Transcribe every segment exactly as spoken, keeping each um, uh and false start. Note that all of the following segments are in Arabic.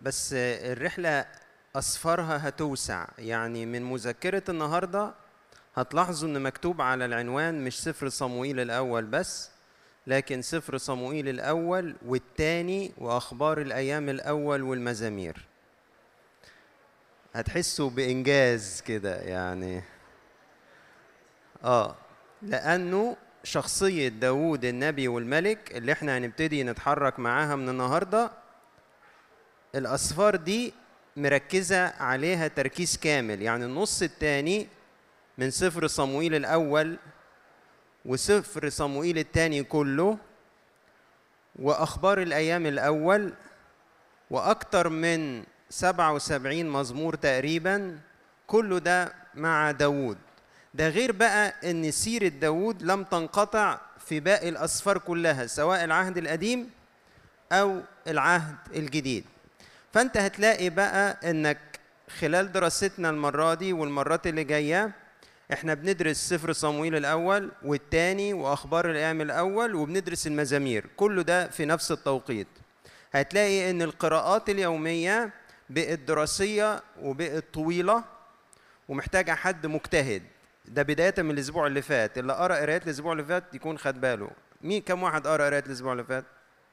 بس الرحلة أسفارها هتوسع. يعني من مذكرة النهاردة هتلاحظوا إن مكتوب على العنوان مش سفر صموئيل الأول بس، لكن سفر صموئيل الأول والتاني وأخبار الأيام الأول والمزامير. هتحسوا بإنجاز كده يعني. آه لأنه شخصية داوود النبي والملك اللي احنا هنبتدي نتحرك معاها من النهاردة، الأسفار دي مركزة عليها تركيز كامل. يعني النص الثاني من سفر صموئيل الأول وسفر صموئيل الثاني كله وأخبار الأيام الأول وأكتر من سبعة وسبعين مزمور تقريبا، كله ده مع داوود. ده غير بقى أن سيرة داوود لم تنقطع في باقي الأسفار كلها، سواء العهد القديم أو العهد الجديد. فأنت هتلاقي بقى أنك خلال دراستنا المرة دي والمرات اللي جاية احنا بندرس سفر صموئيل الأول والتاني وأخبار الأيام الأول وبندرس المزامير، كله ده في نفس التوقيت. هتلاقي أن القراءات اليومية بقت دراسية وبقت طويلة ومحتاجة حد مجتهد. ده بداية من الأسبوع اللي فات، اللي قرأ قراءات الأسبوع اللي فات يكون خد باله. مين كم واحد قرأ قراءات الأسبوع اللي فات؟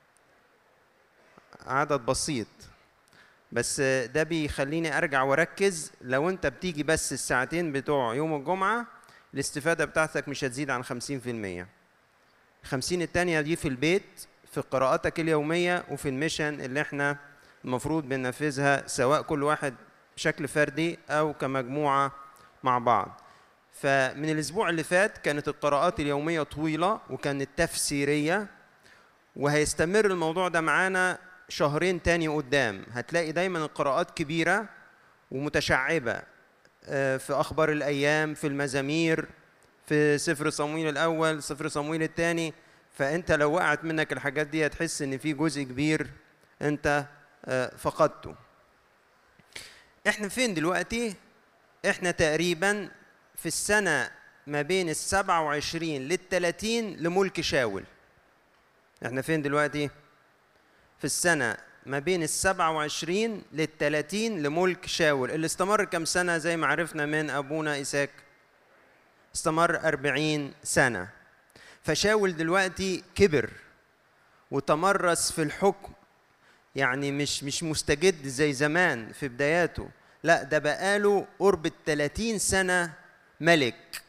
عدد بسيط، بس ده بيخليني ارجع واركز. لو انت بتيجي بس الساعتين بتوع يوم الجمعة، الاستفادة بتاعتك مش هتزيد عن خمسين في المية. خمسين التانية دي في البيت، في قراءاتك اليومية، وفي الميشن اللي احنا المفروض بننفذها، سواء كل واحد بشكل فردي او كمجموعة مع بعض. فمن الاسبوع اللي فات كانت القراءات اليومية طويلة وكانت تفسيرية، وهيستمر الموضوع ده معانا شهرين تاني قدام. هتلاقي دايما القراءات كبيرة ومتشعبة في أخبار الأيام، في المزامير، في سفر صموئيل الأول، سفر صموئيل الثاني. فأنت لو وقعت منك الحاجات دي هتحس إن في جزء كبير أنت فقدته. إحنا فين دلوقتي؟ إحنا تقريبا في السنة ما بين السبعة وعشرين للثلاثين لملك شاول. إحنا فين دلوقتي؟ في السنة ما بين السبعة وعشرين للثلاثين لملك شاول، اللي استمر كم سنة زي ما عرفنا من أبونا إساك؟ استمر أربعين سنة. فشاول دلوقتي كبر وتمرس في الحكم، يعني مش مش مستجد زي زمان في بداياته، لا ده بقاله قرب الثلاثين سنة ملك.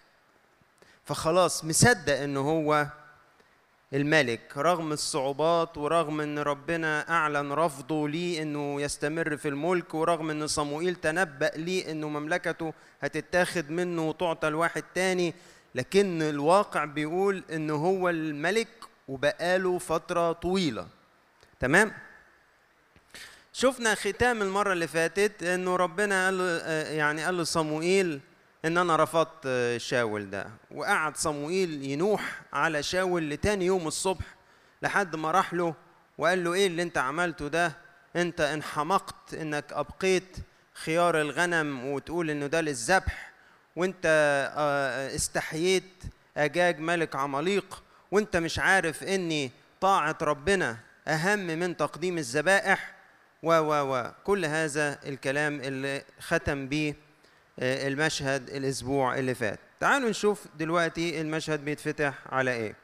فخلاص مصدق إنه هو الملك رغم الصعوبات، ورغم ان ربنا اعلن رفضه ليه انه يستمر في الملك، ورغم ان صموئيل تنبأ ليه انه مملكته هتتاخد منه وتعطى لواحد تاني، لكن الواقع بيقول انه هو الملك وبقاله فترة طويلة. تمام؟ شفنا ختام المرة اللي فاتت انه ربنا قال له يعني قال له صموئيل ان انا رفضت شاول ده، وقعد صموئيل ينوح على شاول لتاني يوم الصبح لحد ما راح له وقال له ايه اللي انت عملته ده؟ انت انحمقت انك ابقيت خيار الغنم وتقول انه ده للذبح، وانت استحييت اجاج ملك عماليق، وانت مش عارف اني طاعة ربنا اهم من تقديم الذبائح، و و و كل هذا الكلام اللي ختم بيه المشهد الأسبوع اللي فات. تعالوا نشوف دلوقتي المشهد بيتفتح على إيه.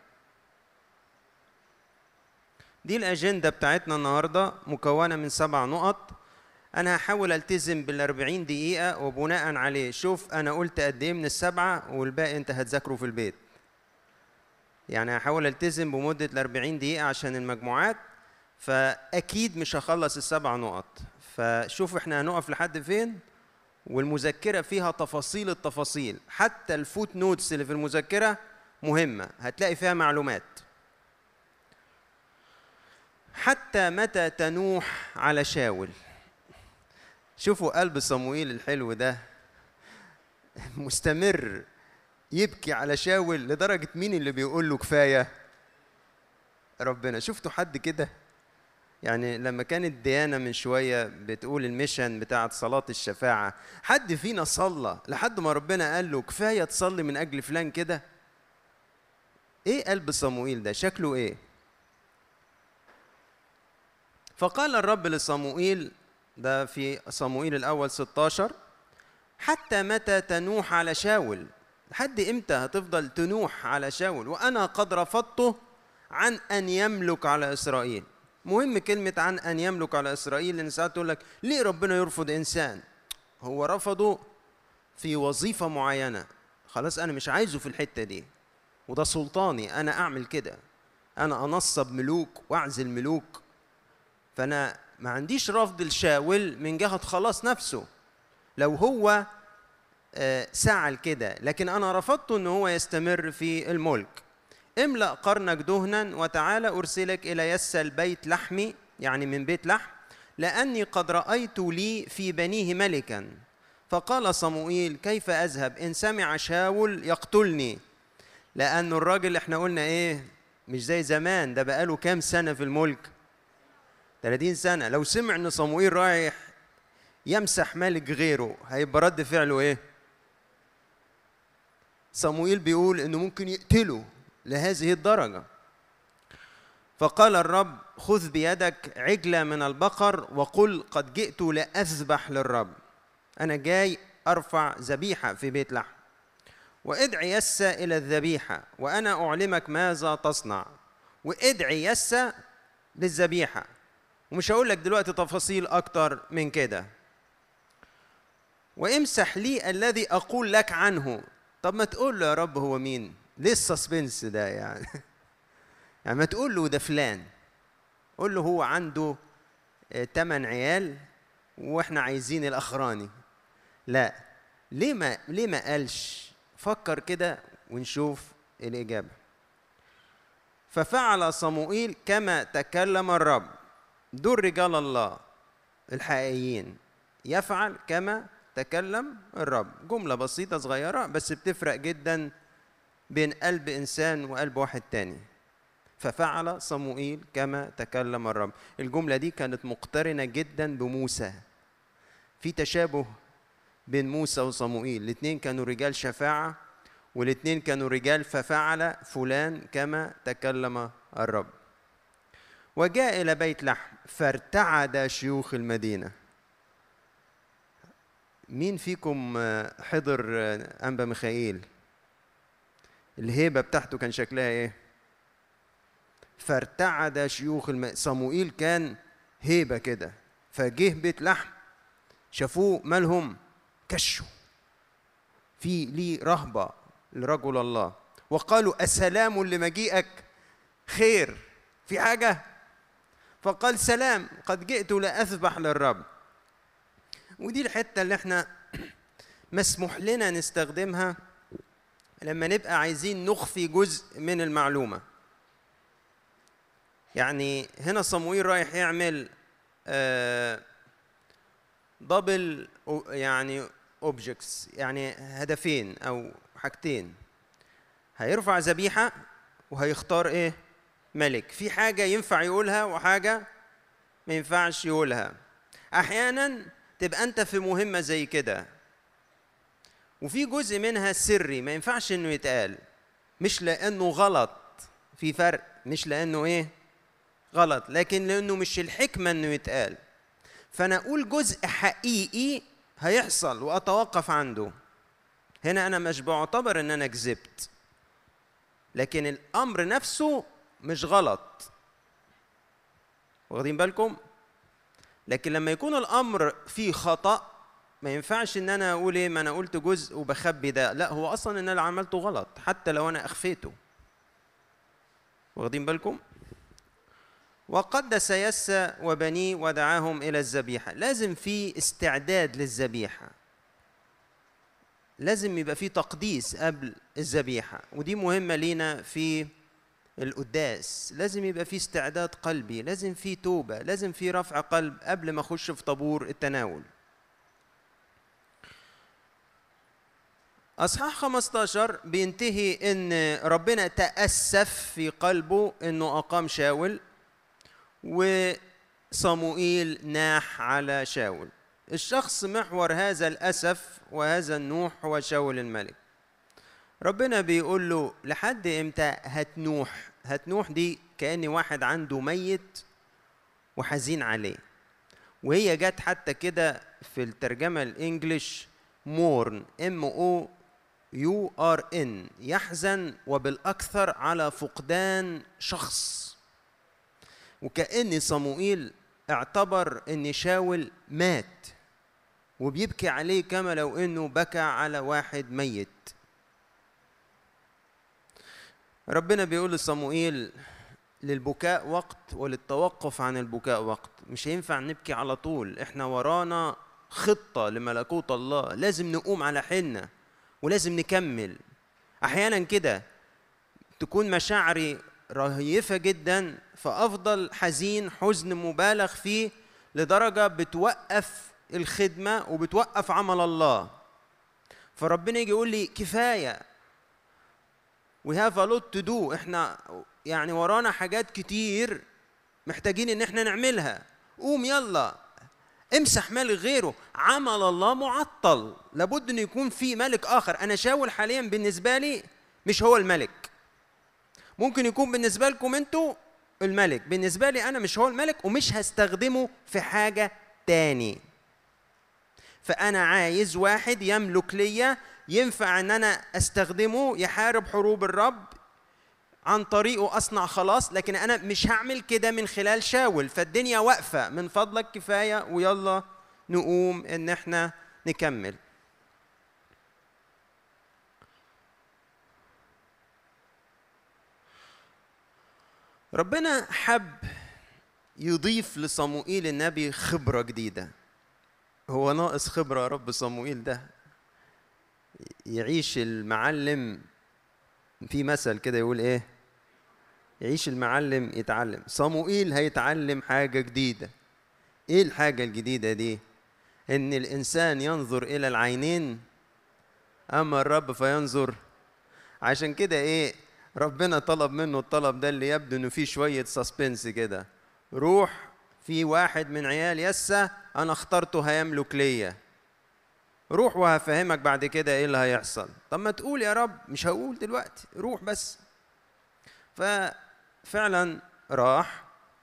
دي الأجندة بتاعتنا النهاردة مكونة من سبع نقط. أنا هحاول ألتزم بالأربعين دقيقة، وبناء عليه شوف أنا قلت قد إيه من السبعة، والباقي أنت هتذاكره في البيت. يعني هحاول ألتزم بمدة الأربعين دقيقة عشان المجموعات، فأكيد مش هخلص السبع نقط. فشوف إحنا هنقف لحد فين، والمذكرة فيها تفاصيل التفاصيل، حتى الفوت نوتس اللي في المذكرة مهمة، هتلاقي فيها معلومات. حتى متى تنوح على شاول؟ شوفوا قلب صموئيل الحلو ده مستمر يبكي على شاول لدرجة مين اللي بيقول له كفاية؟ ربنا. شفتوا حد كده؟ يعني لما كانت ديانا من شوية بتقول الميشن بتاعت صلاة الشفاعة، حد فينا صلى لحد ما ربنا قال له كفاية تصلي من أجل فلان كده؟ إيه قلب صموئيل ده؟ شكله إيه؟ فقال الرب لصموئيل ده في صموئيل الأول ستاشر. حتى متى تنوح على شاول؟ لحد إمتى هتفضل تنوح على شاول وأنا قد رفضته عن أن يملك على إسرائيل؟ مهم كلمة عن أن يملك على إسرائيل، لأن ساعات تقول لك ليه ربنا يرفض إنسان؟ هو رفضه في وظيفة معينة، خلاص أنا مش عايزه في الحتة دي، وده سلطاني أنا أعمل كده، أنا أنصب ملوك وأعزل ملوك. فأنا ما عنديش رفض لشاول من جهة خلاص نفسه لو هو سعى لكده، لكن أنا رفضته أنه هو يستمر في الملك. املأ قرنك دهنا وتعالى أرسلك إلى يسى البيت لحمي، يعني من بيت لحم، لأني قد رأيت لي في بنيه ملكا. فقال صموئيل كيف أذهب؟ إن سمع شاول يقتلني. لأنه الراجل احنا قلنا إيه، مش زي زمان، ده بقاله كام سنة في الملك؟ ثلاثين سنة. لو سمع إن صموئيل رايح يمسح ملك غيره هيبقى رد فعله إيه؟ صموئيل بيقول إنه ممكن يقتله لهذه الدرجة. فقال الرب خذ بيدك عجلة من البقر وقل قد جئت لأذبح للرب، أنا جاي أرفع ذبيحة في بيت لحم. وادعي يسى إلى الذبيحة وأنا أعلمك ماذا تصنع. وادعي يسى للذبيحة، ومش هقول لك دلوقتي تفاصيل أكتر من كده. وامسح لي الذي أقول لك عنه. طب ما تقول له يا رب هو مين؟ ليه السسبنس ده يعني؟ يعني ما تقول له ده فلان، قول له هو عنده تمن عيال واحنا عايزين الاخراني. لا، ليه ما ليه ما قالش؟ فكر كده ونشوف الاجابه. ففعل صموئيل كما تكلم الرب. دول رجال الله الحقيقيين، يفعل كما تكلم الرب. جمله بسيطه صغيره بس بتفرق جدا بين قلب انسان وقلب واحد تاني. ففعل صموئيل كما تكلم الرب. الجملة دي كانت مقترنة جدا بموسى، في تشابه بين موسى وصموئيل، الاثنين كانوا رجال شفاعة والاثنين كانوا رجال. ففعل فلان كما تكلم الرب. وجاء إلى بيت لحم فارتعد شيوخ المدينة. مين فيكم حضر أنبا ميخائيل؟ الهيبة بتاعته كان شكلها ايه؟ فارتعد شيوخ الم... صموئيل كان هيبة كده، فجه بيت لحم شافوه مالهم؟ كشوا في ليه رهبة لرجل الله، وقالوا أسلام لمجيئك؟ خير، في حاجة؟ فقال سلام، قد جئت لأذبح للرب. ودي الحتة اللي احنا مسموح لنا نستخدمها لما نبقى عايزين نخفي جزء من المعلومة. يعني هنا صموئيل رايح يعمل دبل يعني اوبجكتس، يعني هدفين او حاجتين، هيرفع ذبيحة وهيختار ايه؟ ملك. في حاجة ينفع يقولها وحاجة ما ينفعش يقولها. احيانا تبقى انت في مهمة زي كده وفي جزء منها سري ما ينفعش انه يتقال، مش لانه غلط، في فرق، مش لانه ايه؟ غلط، لكن لانه مش الحكمة انه يتقال. فانا اقول جزء حقيقي هيحصل واتوقف عنده. هنا انا مش بعتبر ان انا كذبت، لكن الامر نفسه مش غلط، واخدين بالكم؟ لكن لما يكون الامر فيه خطأ ما ينفعش ان انا اقول ايه، ما انا قلت جزء وبخبي ده، لا، هو اصلا ان انا اللي عملته غلط حتى لو انا اخفيته، واخدين بالكم؟ وقدس يسى وبنيه ودعاهم الى الذبيحه. لازم في استعداد للذبيحه، لازم يبقى في تقديس قبل الذبيحه، ودي مهمه لينا في القداس. لازم يبقى في استعداد قلبي، لازم في توبه، لازم في رفع قلب قبل ما اخش في طابور التناول. اصحاح خمستاشر بينتهي ان ربنا تأسف في قلبه انه اقام شاول، وصموئيل ناح على شاول. الشخص محور هذا الأسف وهذا النوح هو شاول الملك. ربنا بيقول له لحد امتى هتنوح؟ هتنوح دي كأن واحد عنده ميت وحزين عليه، وهي جت حتى كده في الترجمة الإنجليش مورن، ام او يو ار ان، يحزن وبالأكثر على فقدان شخص. وكأن صموئيل اعتبر ان شاول مات وبيبكي عليه كما لو انه بكى على واحد ميت. ربنا بيقول لصموئيل للبكاء وقت وللتوقف عن البكاء وقت. مش هينفع نبكي على طول، احنا ورانا خطة لملكوت الله، لازم نقوم على حيلنا ولازم نكمل. احيانا كده تكون مشاعري رهيفة جدا فأفضل حزين حزن مبالغ فيه لدرجة بتوقف الخدمة وبتوقف عمل الله. فربنا يجي يقول لي كفاية، we have a lot to do، احنا يعني ورانا حاجات كتير محتاجين ان احنا نعملها، قوم يلا امسح ملك غيره. عمل الله معطل، لابد ان يكون في ملك اخر. انا شاول حاليا بالنسبة لي مش هو الملك، ممكن يكون بالنسبة لكم انتوا الملك، بالنسبة لي انا مش هو الملك ومش هستخدمه في حاجة تاني. فانا عايز واحد يملك ليا، ينفع ان انا استخدمه يحارب حروب الرب، عن طريقه اصنع خلاص، لكن انا مش هعمل كده من خلال شاول. فالدنيا واقفة، من فضلك كفاية ويلا نقوم ان احنا نكمل. ربنا حب يضيف لصموئيل النبي خبرة جديدة. هو ناقص خبرة يا رب صموئيل ده يعيش المعلم، في مثل كده يقول ايه، يعيش المعلم يتعلم. صموئيل هيتعلم حاجة جديدة. ايه الحاجة الجديدة دي؟ ان الانسان ينظر الى العينين اما الرب فينظر. عشان كده ايه ربنا طلب منه الطلب ده اللي يبدو انه فيه شوية سسبنس كده، روح في واحد من عيال يسى انا اخترته هيملك ليا، روح وهفهمك بعد كده ايه اللي هيحصل. طب ما تقول يا رب. مش هقول دلوقتي، روح بس. ففعلا راح.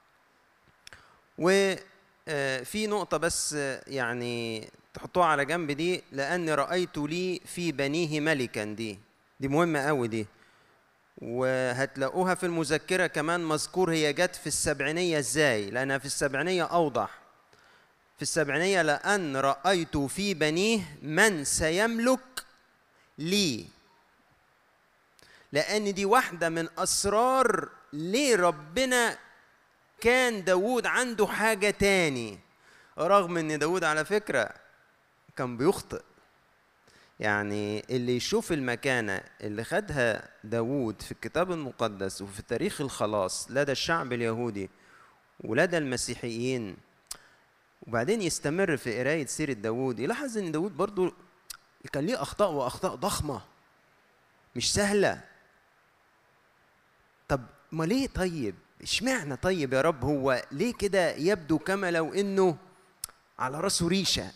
وفي نقطة بس يعني تحطوها على جنب دي، لأن رأيت لي في بنيه ملكا، دي دي مهمة قوي دي، وهتلاقوها في المذكرة كمان مذكور هي جت في السبعينية ازاي، لأنها في السبعينية أوضح. في السبعينية لأن رأيت في بنيه من سيملك لي، لأن دي واحدة من أسرار ليه ربنا كان داود عنده حاجة تاني، رغم ان داود على فكرة كان بيخطئ. يعني اللي يشوف المكانة اللي خدها داود في الكتاب المقدس وفي تاريخ الخلاص لدى الشعب اليهودي ولدى المسيحيين، وبعدين يستمر في قراية سيرة داود، يلاحظ ان داود برضو كان ليه أخطاء وأخطاء ضخمة مش سهلة. طب ما ليه طيب؟ اشمعنى طيب يا رب هو ليه كده يبدو كما لو انه على راسه ريشة؟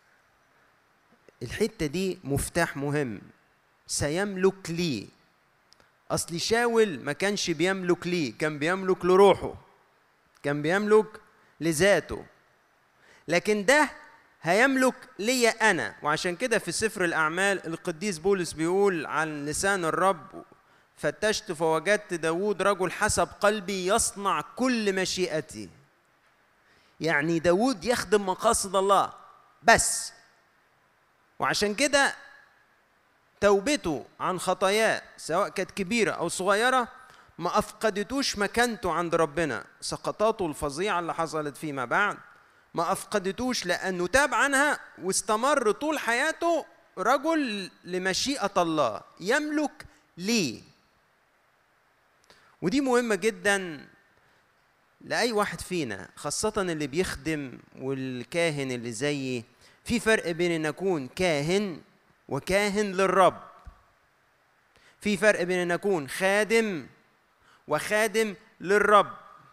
الحتة دي مفتاح مهم. سيملك لي. اصل شاول ما كانش بيملك لي، كان بيملك لروحه، كان بيملك لذاته، لكن ده هيملك لي انا. وعشان كده في سفر الاعمال القديس بولس بيقول عن لسان الرب فتشت فوجدت داود رجل حسب قلبي يصنع كل مشيئتي. يعني داود يخدم مقاصد الله بس. وعشان كده توبته عن خطاياه سواء كانت كبيرة أو صغيرة ما أفقدتوش مكانته عند ربنا. سقطاته الفظيعة اللي حصلت فيما بعد ما أفقدتوش، لأنه تاب عنها واستمر طول حياته رجل لمشيئة الله يملك ليه. ودي مهمة جدا لأي واحد فينا، خاصة اللي بيخدم والكاهن اللي زيي. في فرق بين أن أكون كاهن وكاهن للرب، في فرق بين أن أكون خادم وخادم للرب.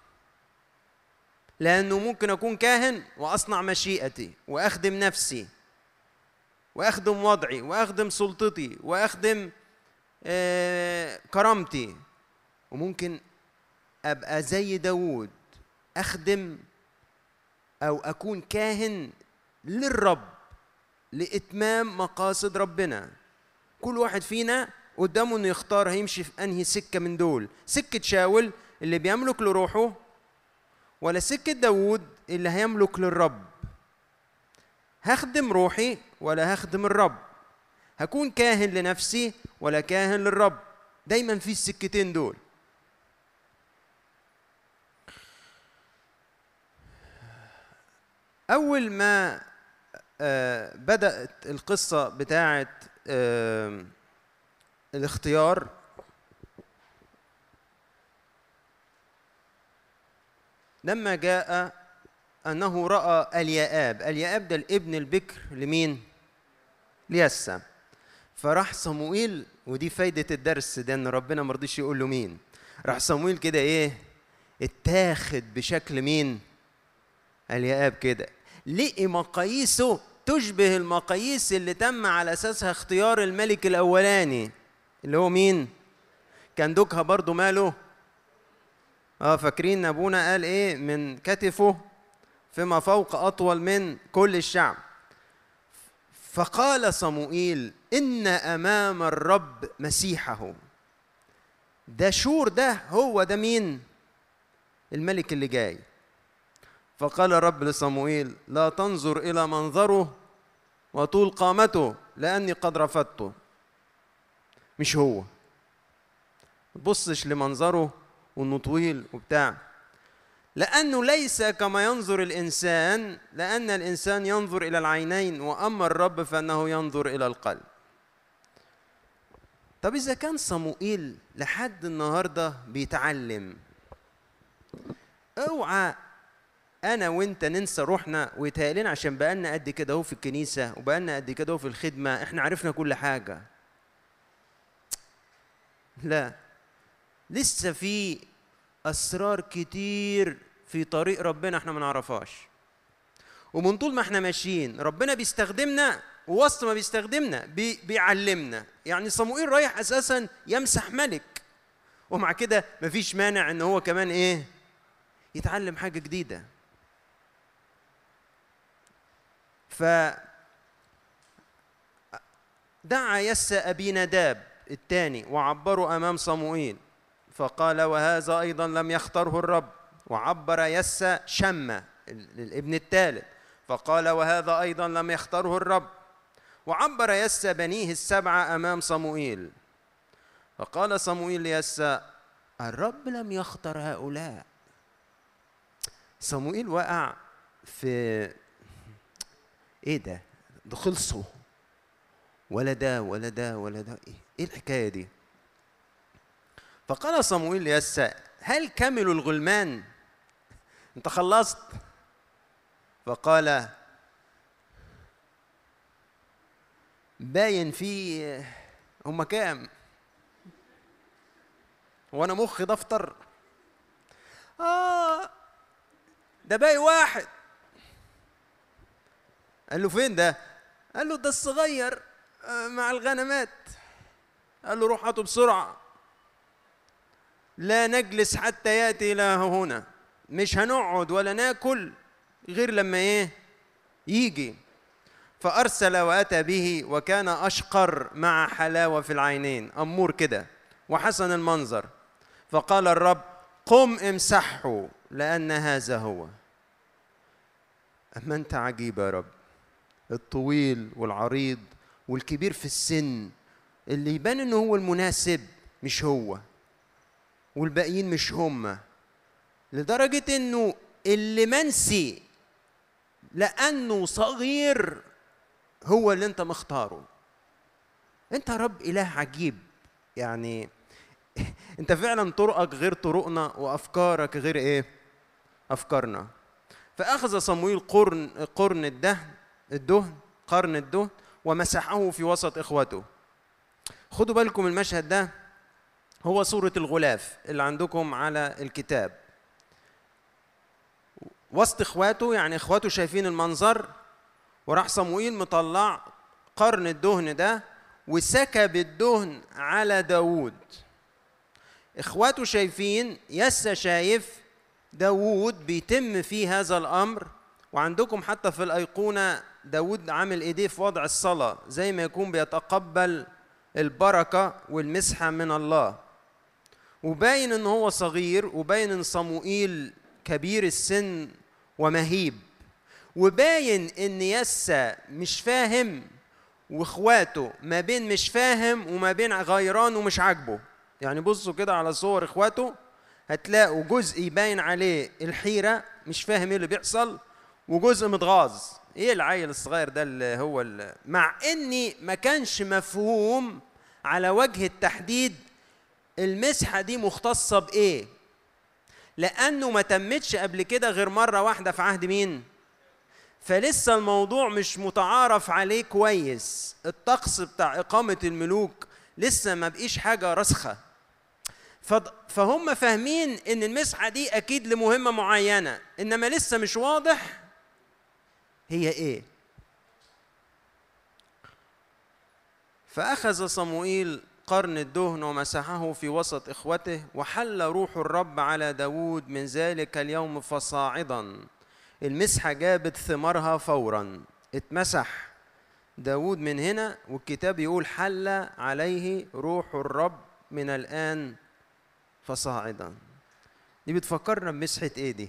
لأنه ممكن أكون كاهن وأصنع مشيئتي وأخدم نفسي وأخدم وضعي وأخدم سلطتي وأخدم آه كرامتي، وممكن أبقى زي داود أخدم أو أكون كاهن للرب لإتمام مقاصد ربنا. كل واحد فينا قدامه إنه يختار هيمشي في أنهي سكة من دول، سكة شاول اللي بيملك لروحه، ولا سكة داوود اللي هيملك للرب. هخدم روحي ولا هخدم الرب، هكون كاهن لنفسي ولا كاهن للرب. دايما في السكتين دول. أول ما آه بدأت القصة بتاعت آه الاختيار، لما جاء أنه رأى اليآب. اليآب ده الابن البكر لمين؟ ليسى. فراح صموئيل، ودي فايدة الدرس ده إن ربنا مرضيش يقول له مين. راح صموئيل كده إيه؟ اتاخد بشكل مين؟ اليآب كده. لقي مقاييسه تشبه المقاييس اللي تم على أساسها اختيار الملك الأولاني اللي هو مين؟ كان دوكها برضو ماله؟ اه فاكرين أبونا قال إيه؟ من كتفه فيما فوق أطول من كل الشعب. فقال صموئيل إن أمام الرب مسيحه. ده شور، ده هو ده مين؟ الملك اللي جاي. فقال الرب لصموئيل لا تنظر إلى منظره وطول قامته لأني قد رفضته. مش هو، ما تبصش لمنظره وإنه طويل وبتاع، لأنه ليس كما ينظر الإنسان، لأن الإنسان ينظر إلى العينين وأما الرب فإنه ينظر إلى القلب. طب إذا كان صموئيل لحد النهاردة بيتعلم، اوعى أنا وإنت ننسى روحنا ويتهيألنا عشان بقالنا قد كده اهو في الكنيسة وبقالنا قد كده اهو في الخدمة إحنا عرفنا كل حاجة. لا، لسه في أسرار كتير في طريق ربنا إحنا ما نعرفهاش. ومن طول ما إحنا ماشيين ربنا بيستخدمنا، ووسط ما بيستخدمنا بي بيعلمنا. يعني صموئيل رايح أساساً يمسح ملك، ومع كده مفيش مانع إن هو كمان إيه؟ يتعلم حاجة جديدة. فدعا يسى أبي نداب الثاني وعبروا أمام صموئيل، فقال وهذا أيضا لم يختاره الرب. وعبر يسى شمة الابن الثالث، فقال وهذا أيضا لم يختاره الرب. وعبر يسى بنيه السبعة أمام صموئيل، فقال صموئيل ليسى الرب لم يختر هؤلاء. صموئيل وقع في ايه ده؟ ده خلصوا ولا ده ولا ده ولا ده، ايه ايه الحكايه دي؟ فقال صموئيل ليسى هل كملوا الغلمان؟ انت خلصت؟ فقال باين في هم كام؟ وانا مخي دفتر؟ اه ده باقي واحد. قال له فين ده؟ قال له ده الصغير مع الغنمات. قال له روح هاته بسرعة، لا نجلس حتى يأتي إلى هنا، مش هنقعد ولا ناكل غير لما ايه؟ يجي. فأرسل وأتى به وكان أشقر مع حلاوة في العينين، أمور كده وحسن المنظر. فقال الرب قم امسحه لأن هذا هو. أما أنت عجيب يا رب، الطويل والعريض والكبير في السن اللي يبان إنه هو المناسب مش هو، والباقيين مش هم، لدرجة إنه اللي منسي لأنه صغير هو اللي أنت مختاره. أنت يا رب إله عجيب، يعني أنت فعلا طرقك غير طرقنا وأفكارك غير إيه؟ أفكارنا. فأخذ صموئيل قرن قرن الدهن الدهن قرن الدهن ومسحه في وسط إخوته. خدوا بالكم المشهد ده هو صورة الغلاف اللي عندكم على الكتاب. وسط إخواته، يعني إخواته شايفين المنظر، وراح صموئيل مطلع قرن الدهن ده وسكب الدهن على داوود. إخواته شايفين، يسى شايف داوود بيتم فيه هذا الأمر وعندكم حتى في الأيقونة داود عامل إيديه في وضع الصلاة زي ما يكون بيتقبل البركة والمسحة من الله. وباين إن هو صغير، وباين إن صموئيل كبير السن ومهيب، وباين إن يسى مش فاهم، واخواته ما بين مش فاهم وما بين غيران ومش عاجبه. يعني بصوا كده على صور اخواته هتلاقوا جزء يبين عليه الحيرة، مش فاهم ايه اللي بيحصل، وجزء متغاظ. ايه العيل الصغير ده اللي هو اللي مع اني ما كانش مفهوم على وجه التحديد المسحة دي مختصة بايه، لانه ما تمتش قبل كده غير مرة واحدة في عهد مين؟ فلسه الموضوع مش متعارف عليه كويس. الطقس بتاع إقامة الملوك لسه ما بقيش حاجة رسخة، فهم فاهمين إن المسحة دي أكيد لمهمة معينة، إنما لسه مش واضح هي إيه. فأخذ صموئيل قرن الدهن ومسحه في وسط إخوته، وحل روح الرب على داود من ذلك اليوم فصاعدا. المسحة جابت ثمارها فورا، اتمسح داود من هنا، والكتاب يقول حل عليه روح الرب من الآن فصاعدا. دي بتفكرنا بمسحة ايه دي؟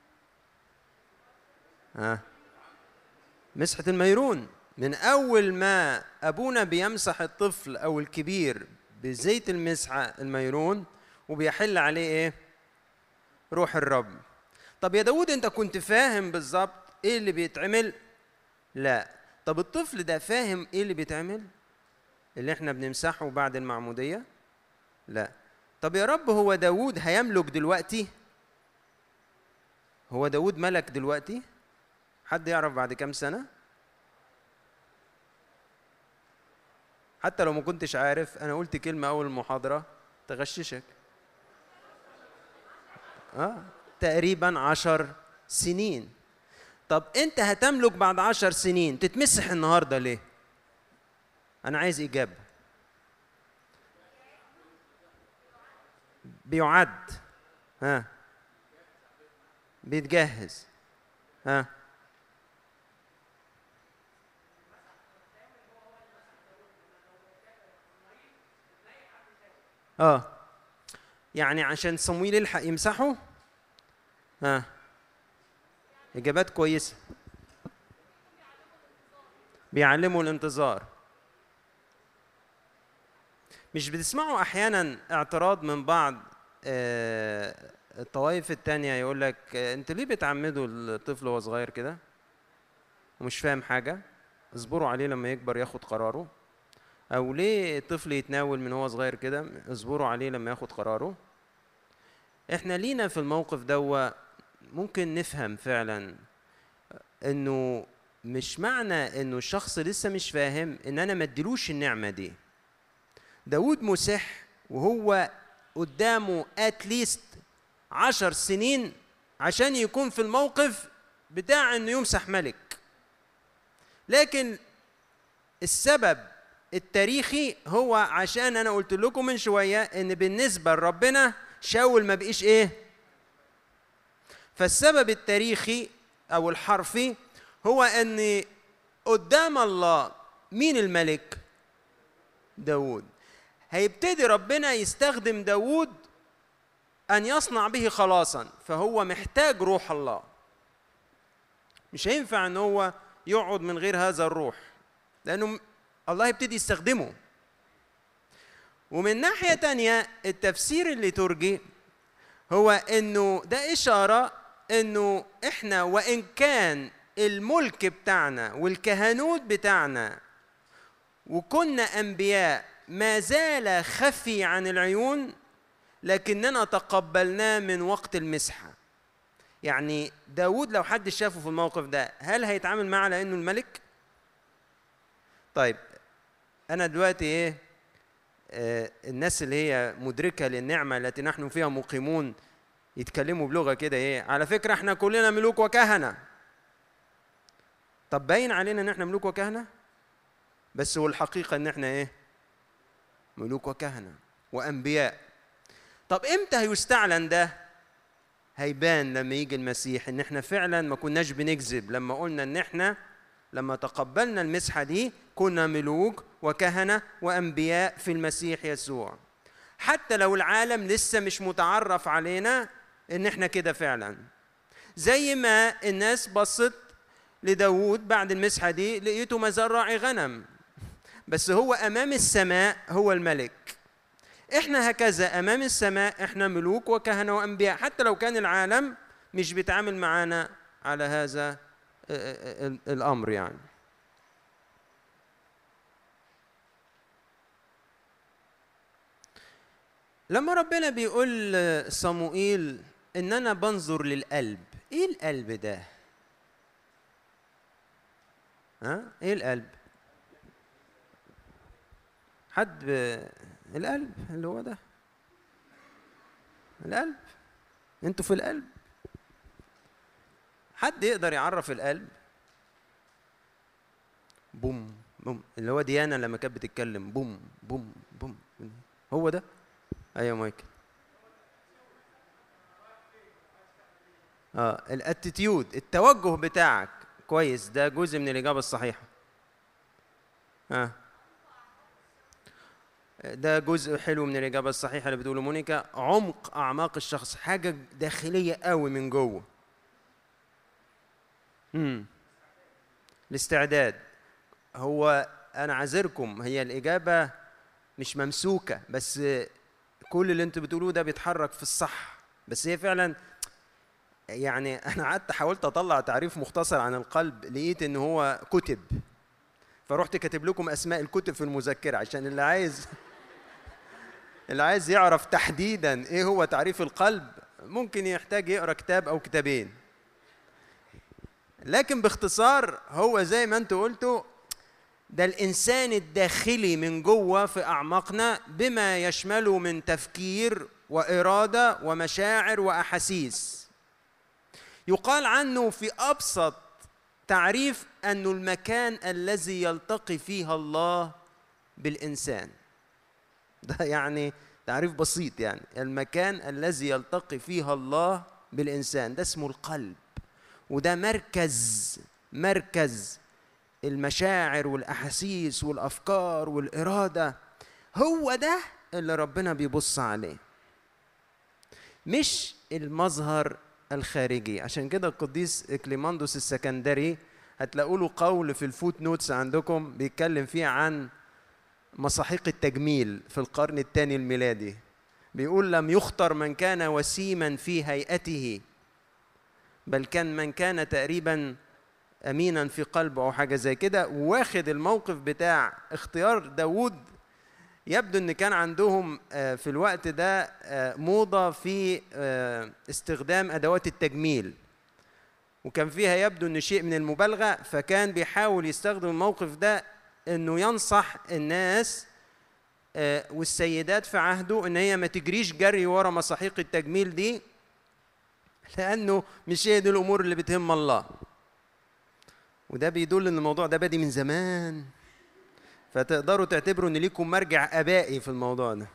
ها؟ مسحة الميرون. من أول ما أبونا بيمسح الطفل أو الكبير بزيت المسحة الميرون وبيحل عليه ايه؟ روح الرب. طب يا داود انت كنت فاهم بالظبط ايه اللي بيتعمل؟ لا. طب الطفل ده فاهم ايه اللي بيتعمل؟ اللي احنا بنمسحه بعد المعمودية؟ لا. طب يا رب هو داود هيملك دلوقتي؟ هو داود ملك دلوقتي؟ حد يعرف بعد كام سنة؟ حتى لو ما كنتش عارف، انا قلت كلمة اول المحاضرة تغششك. اه تقريبا عشر سنين. طب انت هتملك بعد عشر سنين، تتمسح النهارده ليه؟ انا عايز اجابه. بيعد، ها، بيتجهز، ها، اه يعني عشان صمويل يلحق يمسحه. ها، اجابات كويسه. بيعلموا الانتظار. مش بتسمعوا احيانا اعتراض من بعض آه الطوائف التانية، يقول لك آه انتوا ليه بتعمدوا الطفل وهو صغير كده ومش فاهم حاجه؟ اصبروا عليه لما يكبر ياخد قراره. او ليه الطفل يتناول من هو صغير كده؟ اصبروا عليه لما ياخد قراره. احنا لينا في الموقف دوا ممكن نفهم فعلا انه مش معنى انه الشخص لسه مش فاهم ان انا ما اديلوش النعمه دي. داود مسح وهو قدامه اتليست عشر سنين عشان يكون في الموقف بتاع انه يمسح ملك، لكن السبب التاريخي هو عشان انا قلت لكم من شويه ان بالنسبه لربنا شاول ما بقيش ايه. فالسبب التاريخي او الحرفي هو ان قدام الله مين الملك؟ داود. هيبتدي ربنا يستخدم داود ان يصنع به خلاصا، فهو محتاج روح الله. مش هينفع ان هو يقعد من غير هذا الروح، لانه الله يبتدي يستخدمه. ومن ناحية تانية التفسير الليتورجي هو انه ده اشارة انه احنا وان كان الملك بتاعنا والكهنوت بتاعنا وكنا انبياء ما زال خفي عن العيون، لكننا تقبلناه من وقت المسحة. يعني داود لو حد شافه في الموقف ده هل هيتعامل معه على انه الملك؟ طيب انا دلوقتي ايه آه الناس اللي هي مدركة للنعمة التي نحن فيها مقيمون يتكلموا بلغة كده ايه، على فكرة احنا كلنا ملوك وكهنة. طب باين علينا ان احنا ملوك وكهنة، بس هو الحقيقة ان احنا ايه؟ ملوك وكهنة وانبياء. طب امتى هيستعلن ده؟ هيبان لما يجي المسيح ان احنا فعلا ما كناش بنكذب لما قلنا ان احنا لما تقبلنا المسحة دي كنا ملوك وكهنة وأنبياء في المسيح يسوع. حتى لو العالم لسه مش متعرف علينا ان احنا كده فعلا. زي ما الناس بصت لداود بعد المسحة دي لقيته مازال راعي غنم، بس هو أمام السماء هو الملك. احنا هكذا أمام السماء احنا ملوك وكهنة وأنبياء، حتى لو كان العالم مش بيتعامل معانا على هذا الأمر يعني. لما ربنا بيقول صموئيل إن أنا بنظر للقلب، إيه القلب ده؟ ها؟ إيه القلب؟ حد ب... القلب اللي هو ده القلب، انتوا في القلب. حد يقدر يعرف القلب؟ بوم بوم، اللي هو ديانا لما كانت بتتكلم بوم بوم بوم، هو ده. ايوه مايكل. اه الاتيتيود، التوجه بتاعك كويس، ده جزء من الاجابه الصحيحه. اه ده جزء حلو من الإجابة الصحيحة اللي بتقوله مونيكا. عمق أعماق الشخص، حاجة داخلية قوي من جوه. امم الاستعداد. هو أنا عذركم، هي الإجابة مش ممسوكة، بس كل اللي أنتوا بتقولوه ده بيتحرك في الصح، بس هي فعلا يعني أنا قعدت حاولت أطلع تعريف مختصر عن القلب، لقيت إن هو كتب، فرحت كاتب لكم أسماء الكتب في المذكرة عشان اللي عايز اللي عايز يعرف تحديداً إيه هو تعريف القلب ممكن يحتاج يقرأ كتاب أو كتابين. لكن باختصار هو زي ما أنتوا قلتوا، ده الإنسان الداخلي من جوه في أعماقنا، بما يشمله من تفكير وإرادة ومشاعر وأحاسيس. يقال عنه في أبسط تعريف أنه المكان الذي يلتقي فيه الله بالإنسان. ده يعني تعريف بسيط، يعني المكان الذي يلتقي فيه الله بالإنسان ده اسمه القلب، وده مركز مركز المشاعر والأحاسيس والأفكار والإرادة. هو ده اللي ربنا بيبص عليه، مش المظهر الخارجي. عشان كده القديس إكليماندوس السكندري هتلاقوا له قول في الفوت نوتس عندكم بيتكلم فيه عن مصاحيق التجميل في القرن الثاني الميلادي. بيقول لم يختر من كان وسيما في هيئته، بل كان من كان تقريبا أمينا في قلبه أو حاجة زي كده. واخد الموقف بتاع اختيار داود، يبدو أن كان عندهم في الوقت ده موضة في استخدام أدوات التجميل، وكان فيها يبدو أن شيء من المبالغة، فكان بيحاول يستخدم الموقف ده أنه ينصح الناس والسيدات في عهده أن هي ما تجريش جري ورا مصاحيق التجميل دي، لأنه مش هي دي الأمور اللي بتهم الله. وده بيدل أن الموضوع ده بادي من زمان، فتقدروا تعتبروا أن ليكم مرجع آبائي في الموضوع ده.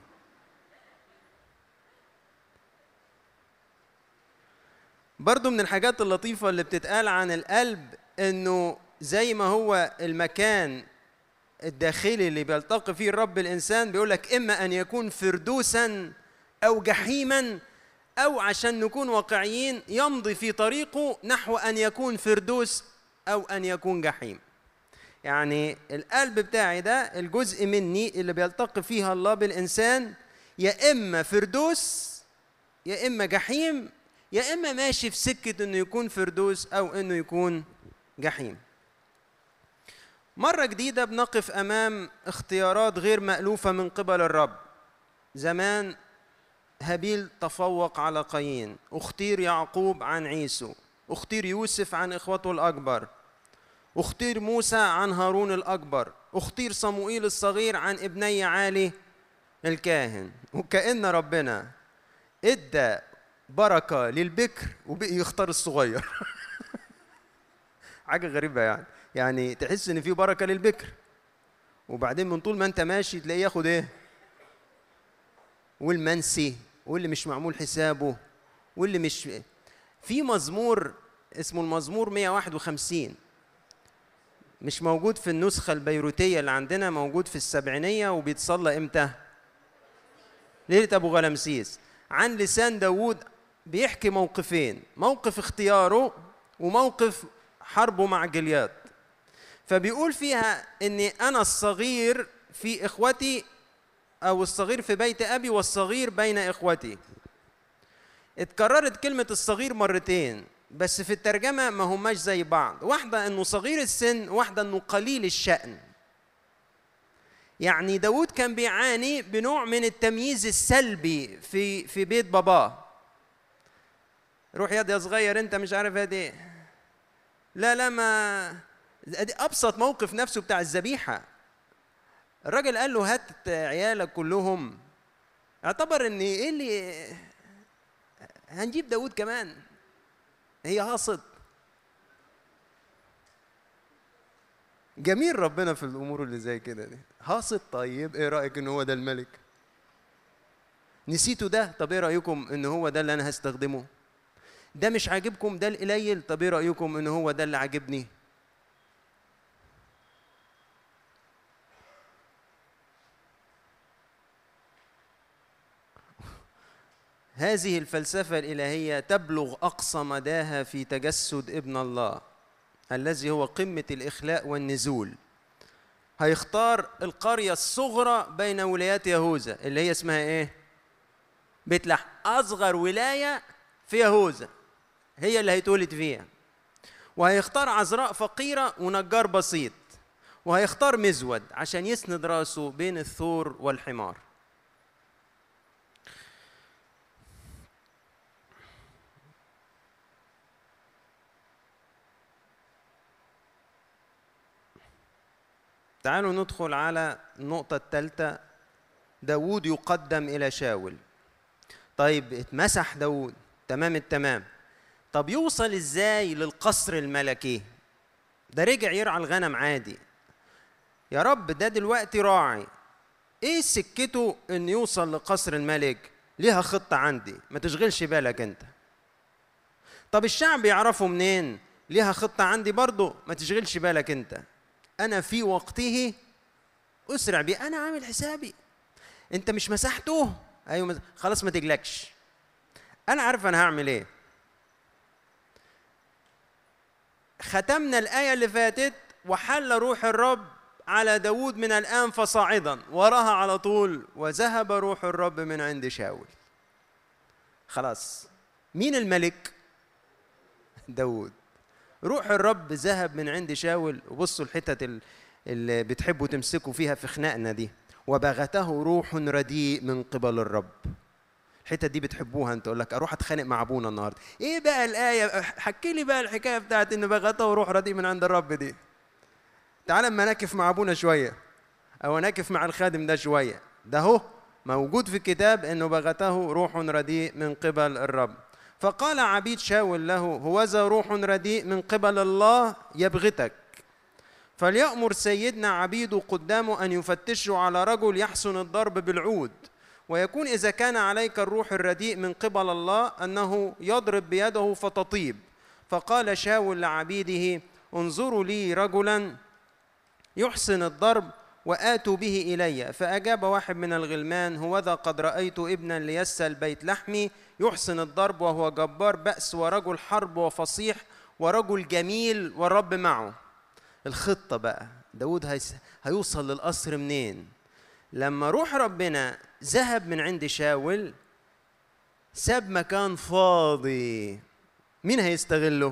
برضو من الحاجات اللطيفة اللي بتتقال عن القلب أنه زي ما هو المكان الداخلي اللي بيلتقي فيه الرب الإنسان، بيقولك إما أن يكون فردوساً أو جحيماً، أو عشان نكون واقعيين يمضي في طريقه نحو أن يكون فردوس أو أن يكون جحيم. يعني القلب بتاعي ده الجزء مني اللي بيلتقي فيها الله بالإنسان، يا إما فردوس يا إما جحيم، يا إما ماشي في سكة أنه يكون فردوس أو أنه يكون جحيم. مرة جديدة بنقف أمام اختيارات غير مألوفة من قبل الرب. زمان هابيل تفوق على قايين، اختير يعقوب عن عيسو، اختير يوسف عن إخوته الأكبر، اختير موسى عن هارون الأكبر، اختير صموئيل الصغير عن ابني عالي الكاهن. وكأن ربنا ادى بركة للبكر وبقي يختار الصغير. حاجة غريبة يعني يعني تحس ان في بركة للبكر، وبعدين من طول ما انت ماشي تلاقيه ياخد ايه؟ والمنسي واللي مش معمول حسابه واللي مش في مزمور اسمه المزمور مئة وواحد وخمسين، مش موجود في النسخة البيروتية اللي عندنا، موجود في السبعينية وبيتصلى امتى؟ ليلة أبو غلمسيس. عن لسان داود بيحكي موقفين، موقف اختياره وموقف حربه مع جليات. فبيقول فيها إني أنا الصغير في إخوتي، أو الصغير في بيت أبي والصغير بين إخوتي. اتكررت كلمة الصغير مرتين، بس في الترجمة ما هماش زي بعض، واحدة إنه صغير السن، واحدة إنه قليل الشأن. يعني داود كان بيعاني بنوع من التمييز السلبي في في بيت باباه. روح يد يا صغير انت مش عارف هادي، لا لا ما ادي ابسط موقف نفسه بتاع الذبيحه. الراجل قال له هات عيالك كلهم، اعتبر ان ايه اللي هنجيب داود كمان، هي هاصد. جميل ربنا في الامور اللي زي كده دي. هاصد، طيب ايه رايك ان هو ده الملك؟ نسيتوا ده؟ طب ايه رايكم ان هو ده اللي انا هستخدمه؟ ده مش عاجبكم ده القليل، طب ايه رايكم ان هو ده اللي عاجبني؟ هذه الفلسفه الالهيه تبلغ اقصى مداها في تجسد ابن الله الذي هو قمه الاخلاء والنزول. هيختار القريه الصغرى بين ولايات يهوذا اللي هي اسمها ايه؟ بيت لحم، اصغر ولايه في يهوذا هي اللي هيتولد فيها. وهيختار عذراء فقيرة ونجار بسيط، وهيختار مزود عشان يسند راسه بين الثور والحمار. تعالوا ندخل على النقطة الثالثة. داود يقدم إلى شاول. طيب اتمسح داود تمام التمام، طب يوصل ازاي للقصر الملكي؟ ده رجع يرعى الغنم عادي. يا رب ده دلوقتي راعي، ايه سكته ان يوصل لقصر الملك؟ ليها خطة عندي، ما تشغلش بالك انت. طب الشعب يعرفه منين؟ ليها خطة عندي برضه، ما تشغلش بالك انت. انا في وقته اسرع بيه، انا عامل حسابي. انت مش مسحته؟ ايوه خلاص ما تقلقش، انا عارف انا هعمل ايه. ختمنا الآية اللي فاتت وحل روح الرب على داود من الآن فصاعدا، وراها على طول وذهب روح الرب من عند شاول. خلاص مين الملك؟ داود. روح الرب ذهب من عند شاول. وبصوا الحتت اللي بتحبوا تمسكوا فيها في خناقنا دي، وبغته روح رديء من قبل الرب. الحته دي بتحبوها انت، اقول لك اروح اتخانق مع ابونا النهارده، ايه بقى الايه؟ حكي لي بقى الحكايه بتاعت ان بغته روح رديء من عند الرب دي. تعال اما نكف مع ابونا شويه، او نكف مع الخادم ده شويه. ده هو موجود في الكتاب انه بغته روح رديء من قبل الرب. فقال عبيد شاول له هوذا روح رديء من قبل الله يبغتك، فليأمر سيدنا عبيده قدامه ان يفتشوا على رجل يحسن الضرب بالعود، ويكون إذا كان عليك الروح الرديء من قبل الله أنه يضرب بيده فتطيب. فقال شاول لعبيده انظروا لي رجلا يحسن الضرب وآتوا به إلي. فأجاب واحد من الغلمان هوذا قد رأيت ابنا ليسل بيت لحمي يحسن الضرب وهو جبار بأس ورجل حرب وفصيح ورجل جميل والرب معه. الخطة بقى، داود هيوصل للقصر منين؟ لما روح ربنا ذهب من عند شاول ساب مكان فاضي، مين هيستغله؟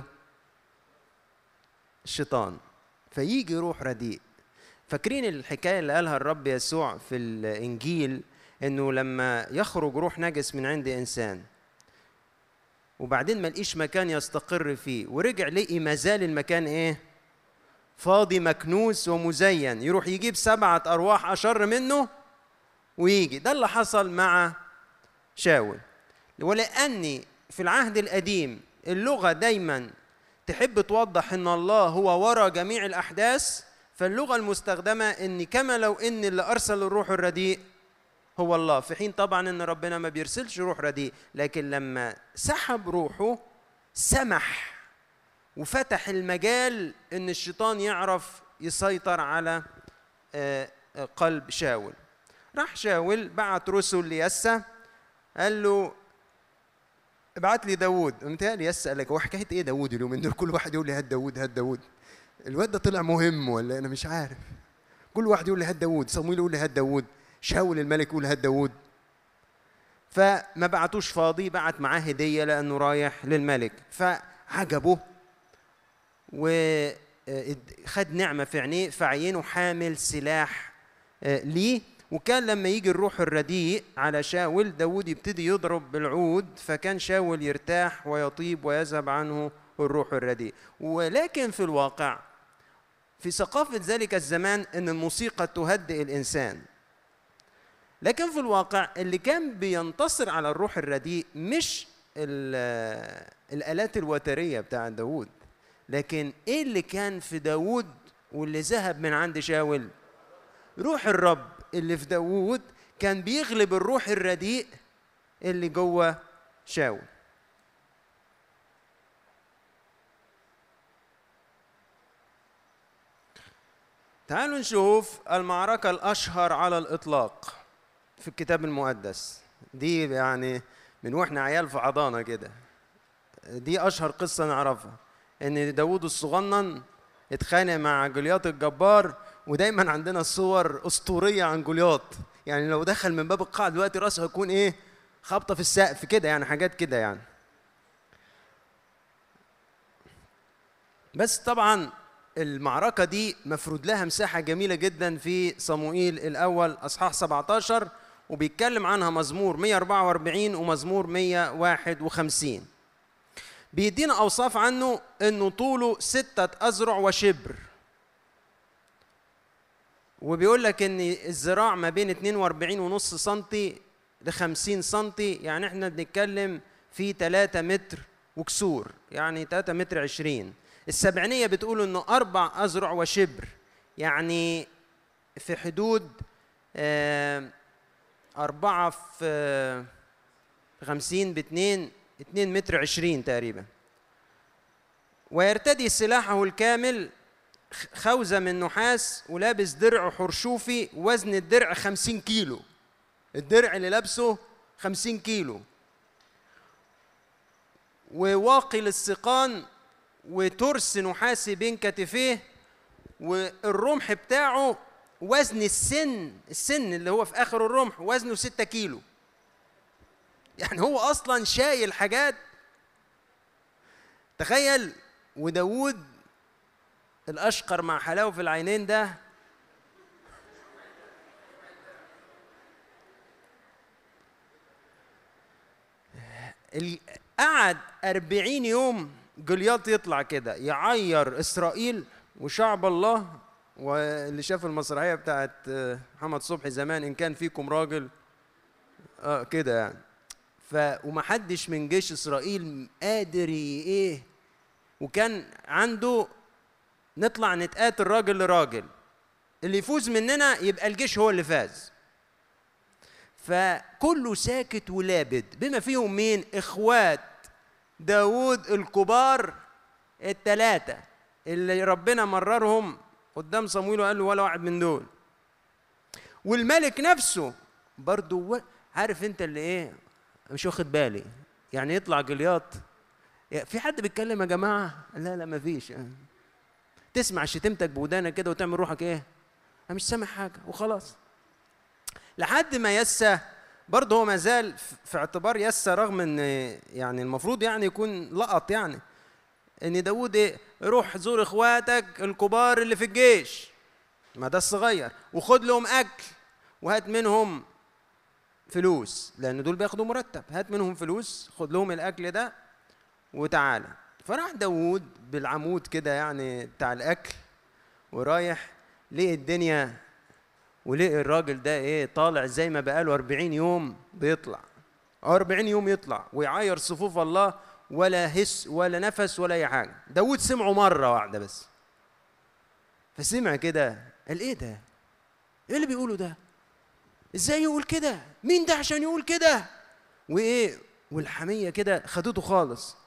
الشيطان. فيجي روح رديء. فاكرين الحكاية اللي قالها الرب يسوع في الإنجيل إنه لما يخرج روح نجس من عند إنسان وبعدين ما لقيش مكان يستقر فيه ورجع لقي مازال المكان إيه؟ فاضي مكنوس ومزين، يروح يجيب سبعة أرواح أشر منه ويجي. ده اللي حصل مع شاول. ولأني في العهد القديم اللغة دايما تحب توضح إن الله هو وراء جميع الأحداث، فاللغة المستخدمة إن كما لو إن اللي أرسل الروح الرديء هو الله، في حين طبعا ان ربنا ما بيرسلش روح رديء، لكن لما سحب روحه سمح وفتح المجال ان الشيطان يعرف يسيطر على قلب شاول. راح شاول بعت رسل ليسى، قال له ابعت لي داوود. متهيألي يسى قال لك هو حكايه ايه داوود اليومين دول؟ كل واحد يقول لي هات داوود هات داوود، الواد ده طلع مهم ولا انا مش عارف. كل واحد يقول لي هات داوود، صمويل يقول لي هات داوود، شاول الملك يقول هات داوود. فما بعتوش فاضي، بعت معاه هديه لانه رايح للملك، فعجبه وخد نعمه في عينيه، فعينه حامل سلاح ليه. وكان لما يجي الروح الرديء على شاول، داود يبتدي يضرب بالعود، فكان شاول يرتاح ويطيب ويذهب عنه الروح الرديء. ولكن في الواقع في ثقافة ذلك الزمان ان الموسيقى تهدئ الانسان، لكن في الواقع اللي كان بينتصر على الروح الرديء مش الآلات الوترية بتاع داود، لكن ايه اللي كان في داود واللي ذهب من عند شاول؟ روح الرب اللي في داود كان بيغلب الروح الرديء اللي جوه شاول. تعالوا نشوف المعركة الأشهر على الإطلاق في الكتاب المقدس، دي يعني من واحنا عيال في حضانة كده، دي أشهر قصة نعرفها، إن داود الصغنن اتخانق مع جولياط الجبار. ودايما عندنا صور أسطورية عن جولياط، يعني لو دخل من باب القاعة دلوقتي راسه هيكون إيه؟ خبطة في السقف كده، يعني حاجات كده يعني. بس طبعا المعركة دي مفروض لها مساحة جميلة جدا في صموئيل الأول أصحاح سبعة عشر، وبيتكلم عنها مزمور مئة وأربعة وأربعين ومزمور مئة وواحد وخمسين. بيدينا أوصاف عنه إنه طوله ستة أذرع وشبر، وبيقول لك إن الذراع ما بين اتنين وأربعين ونص سنتي ل خمسين سنتي، يعني إحنا بنتكلم في ثلاثة متر وكسور، يعني ثلاثة متر عشرين. السبعينية بتقول إنه أربع أذرع وشبر، يعني في حدود أربعة في خمسين باتنين، اتنين متر عشرين تقريبا. ويرتدي سلاحه الكامل خوذة من نحاس، ولابس درع حرشوفي، وزن الدرع خمسين كيلو، الدرع اللي لابسه خمسين كيلو، وواقي للسقان، وترس نحاسي بين كتفيه، والرمح بتاعه وزن السن السن اللي هو في آخر الرمح وزنه ستة كيلو، يعني هو أصلا شايل حاجات. تخيل. وداود الأشقر مع حلاوة في العينين ده قعد أربعين يوم جولياط يطلع كده يعير إسرائيل وشعب الله. واللي شاف المسرحية بتاعت محمد صبحي زمان، إن كان فيكم راجل آه كده يعني، ف ومحدش من جيش إسرائيل قادر إيه، وكان عنده نطلع نتقاتل راجل لراجل، اللي يفوز مننا يبقى الجيش هو اللي فاز. فكله ساكت ولابد، بما فيهم مين؟ إخوات داود الكبار الثلاثة اللي ربنا مررهم قدام صمويل وقال له ولا واحد من دول. والملك نفسه برضو عارف انت اللي ايه، مش واخد بالي، يعني يطلع جولياط. في حد بيتكلم يا جماعة؟ لا لا مفيش. تسمع شتمتك بودانك كده وتعمل روحك ايه؟ انا مش سامع حاجة وخلاص. لحد ما يسى برضه هو ما زال في اعتبار يسى، رغم ان يعني المفروض يعني يكون لقط، يعني ان داود ايه، روح زور اخواتك الكبار اللي في الجيش، ما ده الصغير، وخد لهم اكل وهات منهم فلوس، لان دول بياخدوا مرتب، هات منهم فلوس خد لهم الاكل ده وتعالى. فراح داود بالعمود كده يعني بتاع الاكل، ورايح لقي الدنيا، ولقي الراجل ده ايه طالع زي ما بقاله أربعين يوم بيطلع، أربعين يوم يطلع ويعاير صفوف الله، ولا هس ولا نفس ولا اي حاجه. داود سمعه مره واحده بس، فسمع كده قال ايه ده؟ ايه اللي بيقوله ده؟ ازاي يقول كده؟ مين ده عشان يقول كده؟ وايه، والحميه كده خدته خالص.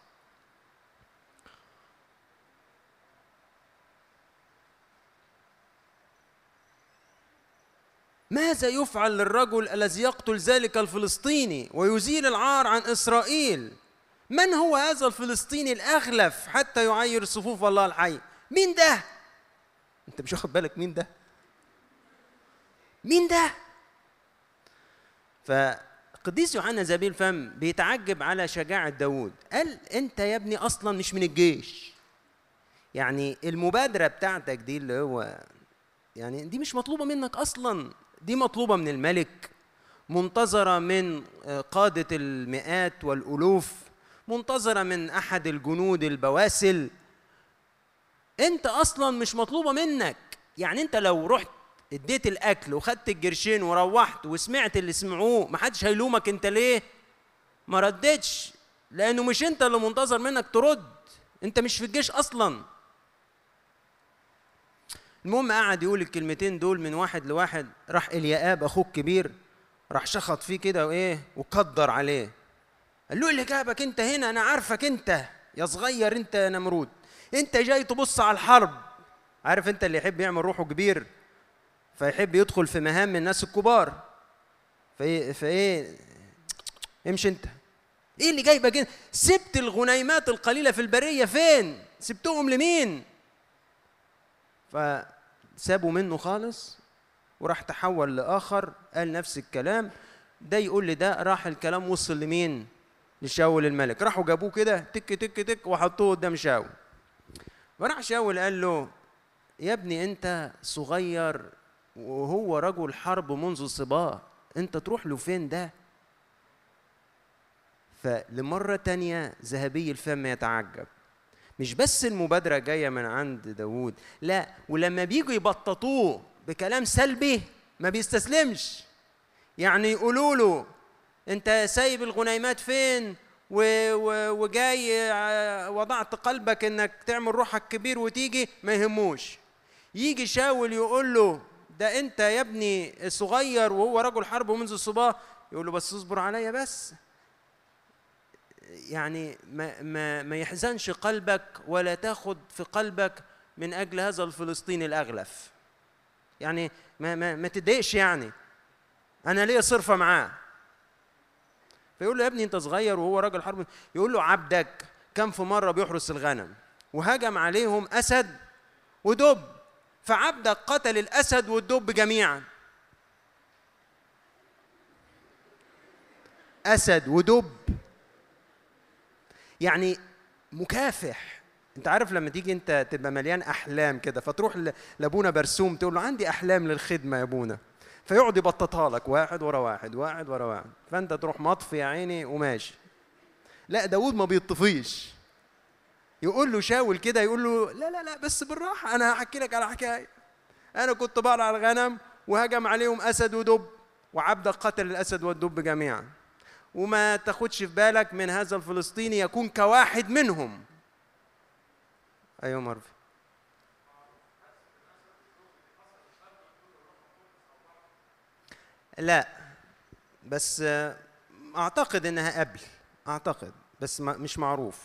ماذا يفعل للرجل الذي يقتل ذلك الفلسطيني ويزيل العار عن إسرائيل؟ من هو هذا الفلسطيني الأغلف حتى يعير صفوف الله الحي؟ مين ده؟ أنت مش واخد بالك مين ده؟ مين ده؟ فقديس يوحنا ذبي الفم بيتعجب على شجاعة داود. قال أنت يا ابني أصلا مش من الجيش، يعني المبادرة بتاعتك دي اللي هو يعني دي مش مطلوبة منك أصلا، دي مطلوبة من الملك، منتظرة من قادة المئات والألوف، منتظرة من أحد الجنود البواسل. أنت أصلا مش مطلوبة منك. يعني أنت لو رحت اديت الأكل وخدت الجرشين وروحت وسمعت اللي سمعوه، محدش هيلومك أنت ليه ما ردتش، لأنه مش أنت اللي منتظر منك ترد، أنت مش في الجيش أصلا. المهم قعد يقول الكلمتين دول من واحد لواحد. راح اليآب اخوه الكبير راح شخط فيه كده وايه وقدر عليه، قال له اللي جابك انت هنا؟ انا عارفك انت يا صغير، انت يا نمرود، انت جاي تبص على الحرب. عارف انت اللي يحب يعمل روحه كبير فيحب يدخل في مهام الناس الكبار، فايه فايه امشي انت، ايه اللي جايبك هنا؟ سبت الغنيمات القليله في البريه فين؟ سبتهم لمين؟ فسابوا منه خالص وراح تحول لآخر قال نفس الكلام. ده يقول لي ده، راح الكلام وصل لمين؟ لشاول الملك. راحوا جابوه كده تك تك تك وحطوه قدام شاول. وراح شاول قال له يا ابني انت صغير وهو رجل حرب منذ صباه، انت تروح له فين ده؟ فلمرة تانية ذهبي الفم يتعجب، مش بس المبادرة جاية من عند داود، لا، ولما بيجوا يبططوه بكلام سلبي ما بيستسلمش. يعني يقولوا له انت سايب الغنيمات فين وجاي وضعت قلبك انك تعمل روحك كبير وتيجي، ما يهموش. يجي شاول يقول له ده انت يا ابني صغير وهو رجل حرب منذ الصباه، يقول له بس اصبر عليا بس، يعني ما, ما, ما يحزنش قلبك ولا تاخد في قلبك من أجل هذا الفلسطيني الأغلف، يعني ما, ما, ما تضايقش، يعني أنا ليه صرفة معاه. فيقول له يا ابني أنت صغير وهو راجل حرب. يقول له عبدك كم في مرة بيحرس الغنم وهجم عليهم أسد ودب، فعبدك قتل الأسد والدب جميعا. أسد ودب، يعني مكافح. انت عارف لما تيجي انت تبقى مليان احلام كده فتروح لابونا برسوم تقول له عندي احلام للخدمه يا ابونا، فيقعد يبططها لك واحد ورا واحد واحد ورا واحد، فانت تروح مطفي يا عيني وماشي. لا داود ما بيطفيش، يقول له شاول كده، يقول له لا لا لا بس بالراحه، انا هحكي لك على حكايه. انا كنت برعى الغنم وهجم عليهم اسد ودب وعبدك قتل الاسد والدب جميعا، وما تاخدش في بالك من هذا الفلسطيني يكون كواحد منهم. ايوه مرفي. لا بس اعتقد انها قبل، اعتقد بس مش معروف.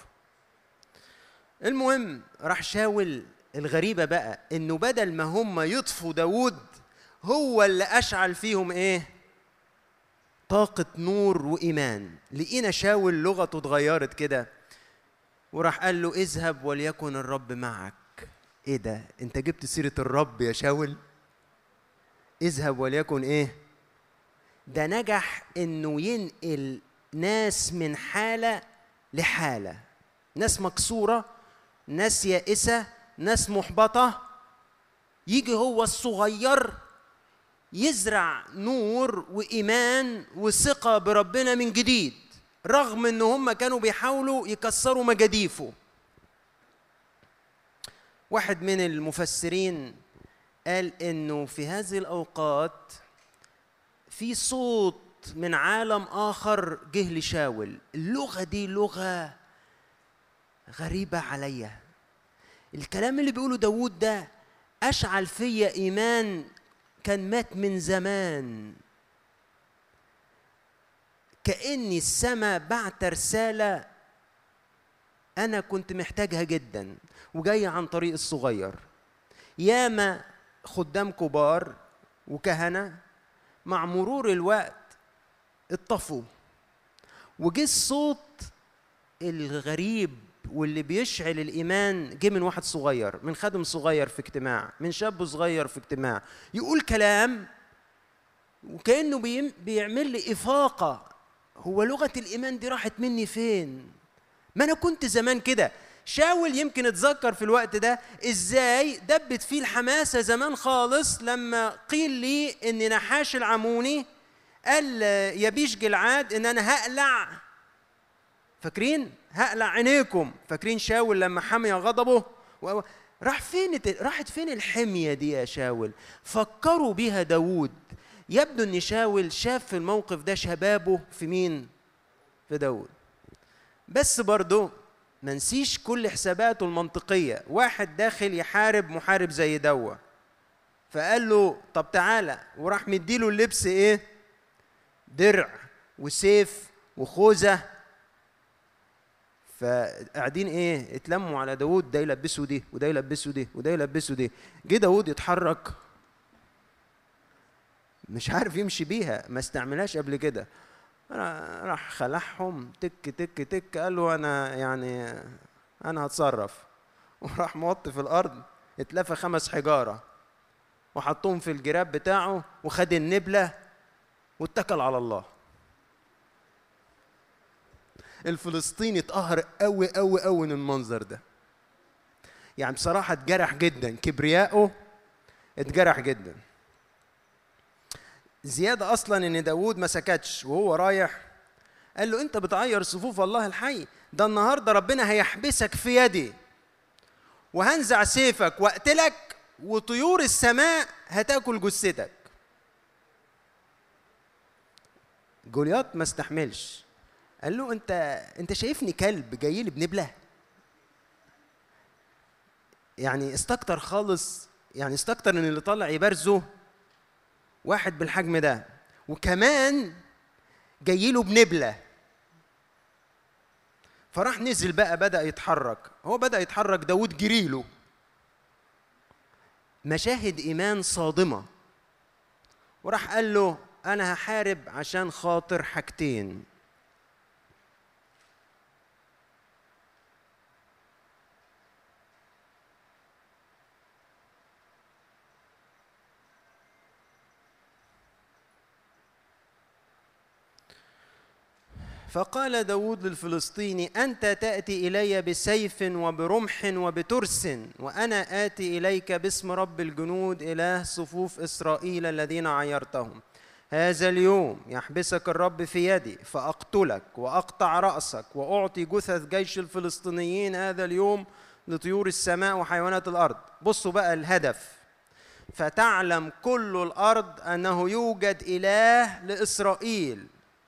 المهم راح شاول، الغريبه بقى انه بدل ما هم يطفوا داود هو اللي اشعل فيهم ايه؟ طاقة نور وإيمان. لقينا شاول لغته اتغيرت كده، وراح قال له اذهب وليكن الرب معك. ايه ده؟ انت جبت سيرة الرب يا شاول؟ اذهب وليكن ايه؟ ده نجح انه ينقل ناس من حالة لحالة، ناس مكسورة، ناس يائسة، ناس محبطة، يجي هو الصغير يزرع نور وإيمان وثقة بربنا من جديد، رغم ان هم كانوا بيحاولوا يكسروا مجاديفه. واحد من المفسرين قال انه في هذه الأوقات في صوت من عالم آخر جه لشاول. اللغة دي لغة غريبة عليا. الكلام اللي بيقوله داود ده أشعل فيا إيمان كان مات من زمان، كأن السماء بعت رسالة أنا كنت محتاجها جدا وجاية عن طريق الصغير. ياما خدام كبار وكهنة مع مرور الوقت اتطفوا، وجه الصوت الغريب واللي بيشعل الإيمان جه من واحد صغير، من خادم صغير في اجتماع، من شاب صغير في اجتماع، يقول كلام وكأنه بيعمل لي إفاقة. هو لغة الإيمان دي راحت مني فين؟ ما أنا كنت زمان كده. شاول يمكن اتذكر في الوقت ده إزاي دبت فيه الحماسة زمان خالص لما قيل لي إن نحاش العموني قال يبيش جلعاد إن أنا هقلع، فاكرين؟ هقلع عينيكم. فاكرين شاول لما حمي غضبه؟ راح فين؟ راحت فين الحمية دي يا شاول؟ فكروا بيها داود. يبدو ان شاول شاف في الموقف ده شبابه في مين؟ في داود. بس برضو ما نسيش كل حساباته المنطقية. واحد داخل يحارب محارب زي دوا، فقال له طب تعالى، وراح مديله اللبس ايه؟ درع وسيف وخوذة. فقاعدين ايه؟ اتلموا على داود، ده يلبسوا دي وده يلبسوا دي وده يلبسوا دي. جه داود يتحرك مش عارف يمشي بيها، ما استعملهاش قبل كده. راح خلعهم تك تك تك، قال له انا يعني انا هتصرف، وراح موطي في الارض، اتلفى خمس حجاره وحطهم في الجراب بتاعه وخد النبله واتكل على الله. الفلسطيني اتقهر قوي قوي قوي من المنظر ده. يعني بصراحه اتجرح جدا، كبرياءه اتجرح جدا. زيادة أصلاً إن داود ما سكتش وهو رايح، قال له أنت بتعير صفوف الله الحي، ده النهاردة ربنا هيحبسك في يدي وهنزع سيفك وأقتلك وطيور السماء هتاكل جثتك. جولياط ما استحملش، قال له أنت أنت شايفني كلب جاي لي بنبلة؟ يعني استكتر خالص، يعني استكتر إن اللي طالع يبارزه واحد بالحجم ده، وكمان جايله بنبلة. فراح نزل بقى، بدأ يتحرك. هو بدأ يتحرك، داود جريله. مشاهد إيمان صادمة. وراح قال له أنا هحارب عشان خاطر حاجتين. فقال داود للفلسطيني أنت تأتي إلي بسيف وبرمح وبترس، وأنا آتي إليك باسم رب الجنود إله صفوف إسرائيل الذين عيرتهم. هذا اليوم يحبسك الرب في يدي فأقتلك وأقطع رأسك وأعطي جثث جيش الفلسطينيين هذا اليوم لطيور السماء وحيوانات الأرض. بصوا بقى الهدف. فتعلم كل الأرض أنه يوجد إله لإسرائيل،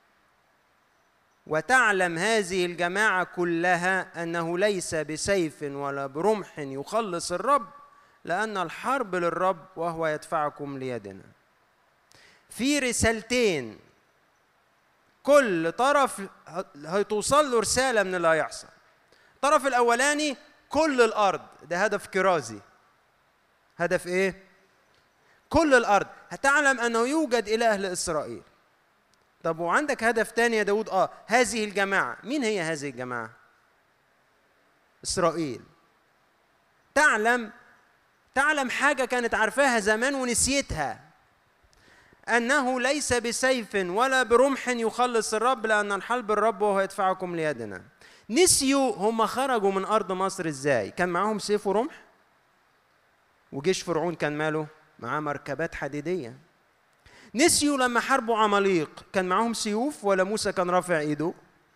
وتعلم هذه الجماعة كلها أنه ليس بسيف ولا برمح يخلص الرب، لأن الحرب للرب وهو يدفعكم ليدنا. في رسالتين، كل طرف هتوصل له رسالة من اللي هيحصل. الطرف الأولاني كل الأرض، ده هدف كرازي. هدف إيه؟ كل الأرض هتعلم أنه يوجد إله لإسرائيل. طب وعندك هدف تاني يا داود؟ آه هذه الجماعة. مين هي هذه الجماعة؟ إسرائيل. تعلم تعلم حاجة كانت عارفاها زمان ونسيتها، أنه ليس بسيف ولا برمح يخلص الرب، لأن الحرب الرب وهو يدفعكم ليدنا. نسيوا هم خرجوا من أرض مصر إزاي؟ كان معاهم سيف ورمح؟ وجيش فرعون كان ماله؟ معاه مركبات حديدية. نسيوا لما حاربوا عماليق كان معاهم سيوف ولا موسى كان رافع ايده؟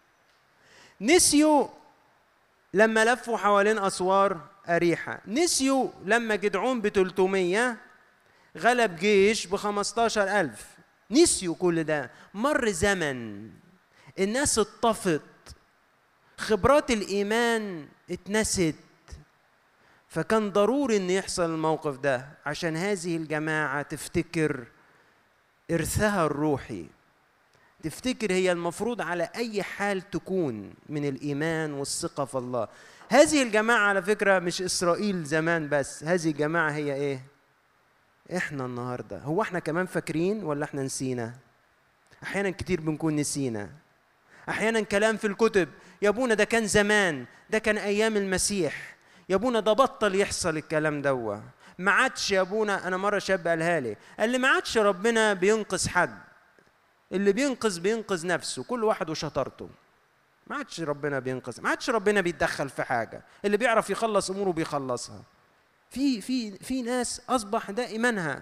نسيوا لما لفوا حوالين أسوار أريحة. نسيوا لما جدعون بتلتمية غلب جيش بخمستاشر ألف. نسيوا كل ده. مر زمن، الناس اتطفت، خبرات الإيمان اتنست. فكان ضروري ان يحصل الموقف ده عشان هذه الجماعة تفتكر إرثها الروحي، تفتكر هي المفروض على أي حال تكون من الإيمان والثقة في الله. هذه الجماعة على فكرة مش إسرائيل زمان بس، هذه الجماعة هي إيه؟ إحنا النهاردة. هو إحنا كمان فاكرين ولا إحنا نسينا؟ أحيانا كتير بنكون نسينا. أحيانا كلام في الكتب، يا ابونا ده كان زمان، ده كان أيام المسيح، يا ابونا ده بطل يحصل الكلام دوا، ما عادش يا ابونا. أنا مرة شاب قالها لي، قال لي ما عادش ربنا بينقذ حد، اللي بينقذ بينقذ نفسه، كل واحد وشطارته. ما عادش ربنا بينقذ، ما عادش ربنا بيتدخل في حاجة، اللي بيعرف يخلص أموره بيخلصها. في في في ناس أصبح ده إيمانها.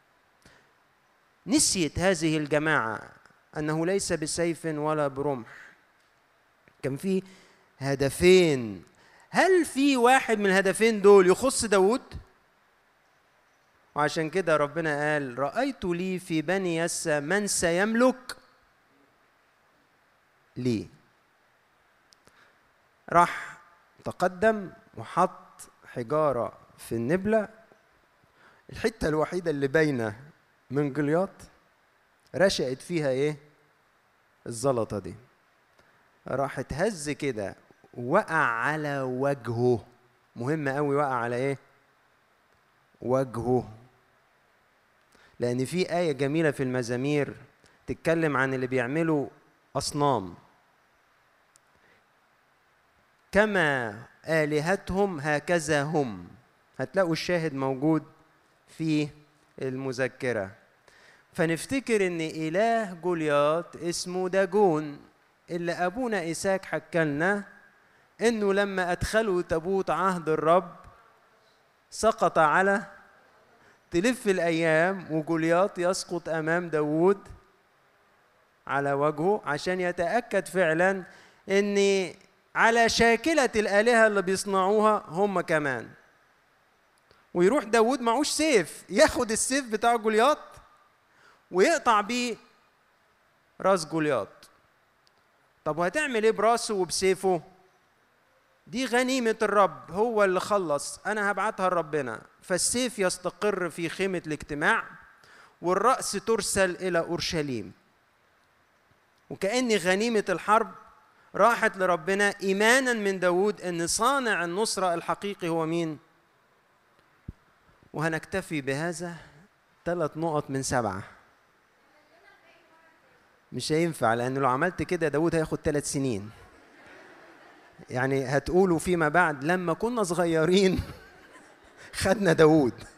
نسيت هذه الجماعة أنه ليس بسيف ولا برمح. كان في هدفين. هل في واحد من الهدفين دول يخص داود؟ وعشان كده ربنا قال رأيت لي في بني يسى من سيملك لي. راح تقدم وحط حجارة في النبلة، الحتة الوحيدة اللي باينة من جلياط، رشقت فيها ايه؟ الزلطة دي. راح اتهز كده، وقع على وجهه. مهم قوي، وقع على ايه؟ وجهه. لأن في آية جميلة في المزامير تتكلم عن اللي بيعملوا أصنام، كما آلهتهم هكذا هم. هتلاقوا الشاهد موجود في المذكرة. فنفتكر ان إله جولياط اسمه داجون، اللي أبونا إساك حكى لنا انه لما أدخلوا تابوت عهد الرب سقط على، تلف الأيام وجولياط يسقط أمام داود على وجهه، عشان يتأكد فعلا ان على شاكلة الآلهة اللي بيصنعوها هم كمان. ويروح داود معوش سيف، ياخد السيف بتاع جولياط ويقطع بيه راس جولياط. طب وهتعمل ايه براسه وبسيفه؟ دي غنيمة الرب، هو اللي خلص، أنا هبعتها لربنا. فالسيف يستقر في خيمة الاجتماع، والرأس ترسل إلى أورشليم. وكأن غنيمة الحرب راحت لربنا إيمانا من داود أن صانع النصرة الحقيقي هو مين؟ وهنكتفي بهذا. ثلاث نقط من سبعة. مش هينفع، لأنه لو عملت كده داود هياخد ثلاث سنين. يعني هتقولوا فيما بعد لما كنا صغيرين خدنا داود.